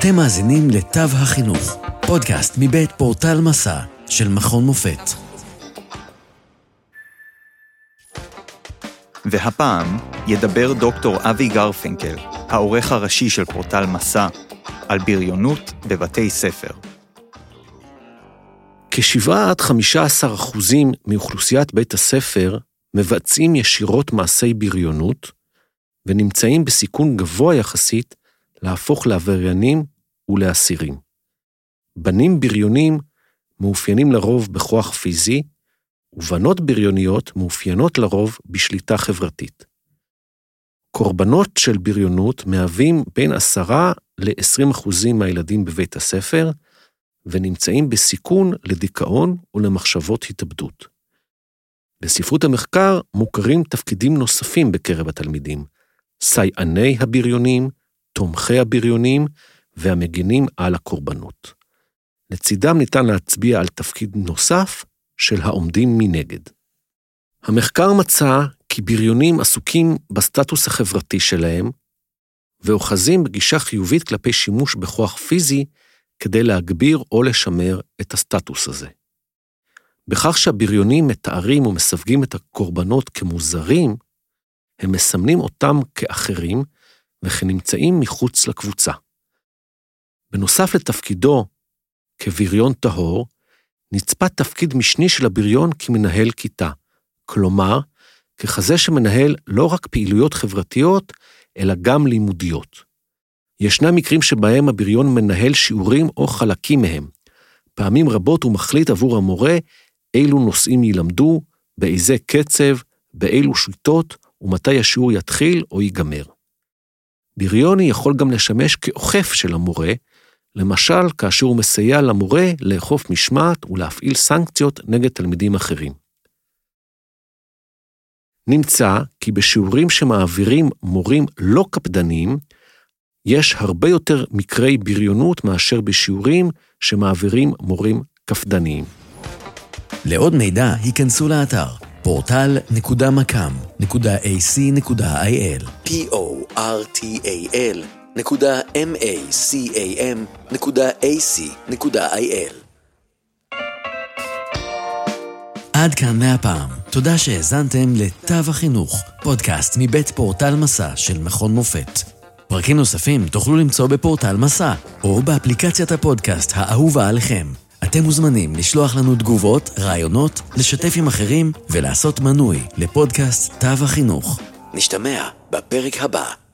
אתם מאזינים לתו החינוך, פודקאסט מבית פורטל מסע של מכון מופת. והפעם ידבר דוקטור אבי גרפינקל, העורך הראשי של פורטל מסע, על בריונות בבתי ספר. כ7-15% מאוכלוסיית בית הספר מבצעים ישירות מעשי בריונות, ונמצאים בסיכון גבוה יחסית להפוך לעבריינים ולאסירים. בנים בריונים מאופיינים לרוב בכוח פיזי, ובנות בריוניות מאופיינות לרוב בשליטה חברתית. קורבנות של בריונות מהווים בין 10-20% מהילדים בבית הספר, ונמצאים בסיכון לדיכאון ולמחשבות התאבדות. בספרות המחקר מוכרים תפקידים נוספים בקרב התלמידים, סייעני הבריונים, תומכי הבריונים והמגינים על הקורבנות. לצידם ניתן להצביע על תפקיד נוסף של העומדים מנגד. המחקר מצא כי בריונים עסוקים בסטטוס החברתי שלהם, ואוחזים בגישה חיובית כלפי שימוש בכוח פיזי כדי להגביר או לשמר את הסטטוס הזה. בכך שהבריונים מתארים ומסווגים את הקורבנות כמוזרים, הם מסמנים אותם כאחרים וכנמצאים מחוץ לקבוצה. בנוסף לתפקידו כבריון טהור, נצפה תפקיד משני של הבריון כמנהל כיתה, כלומר, ככזה שמנהל לא רק פעילויות חברתיות, אלא גם לימודיות. ישנם מקרים שבהם הבריון מנהל שיעורים או חלקים מהם. פעמים רבות הוא מחליט עבור המורה אילו נושאים ילמדו, באיזה קצב, באילו שיטות, ומתי השיעור יתחיל או ייגמר. בריוני יכול גם לשמש כאוכף של המורה, למשל כאשר הוא מסייע למורה לאכוף משמעת ולהפעיל סנקציות נגד תלמידים אחרים. נמצא כי בשיעורים שמעבירים מורים לא קפדניים, יש הרבה יותר מקרי בריונות מאשר בשיעורים שמעבירים מורים קפדניים. לעוד מידע היכנסו לאתר portal.macam.ac.il portal.macam.ac.il. עד כאן מהפעם. תודה שהאזנתם לתו החינוך, פודקאסט מבית פורטל מסע של מכון מופת. פרקים נוספים תוכלו למצוא בפורטל מסע, או באפליקציית הפודקאסט האהובה עליכם. אתם מוזמנים לשלוח לנו תגובות, רעיונות, לשתף עם אחרים ולעשות מנוי לפודקאסט תו החינוך. נשתמע בפרק הבא.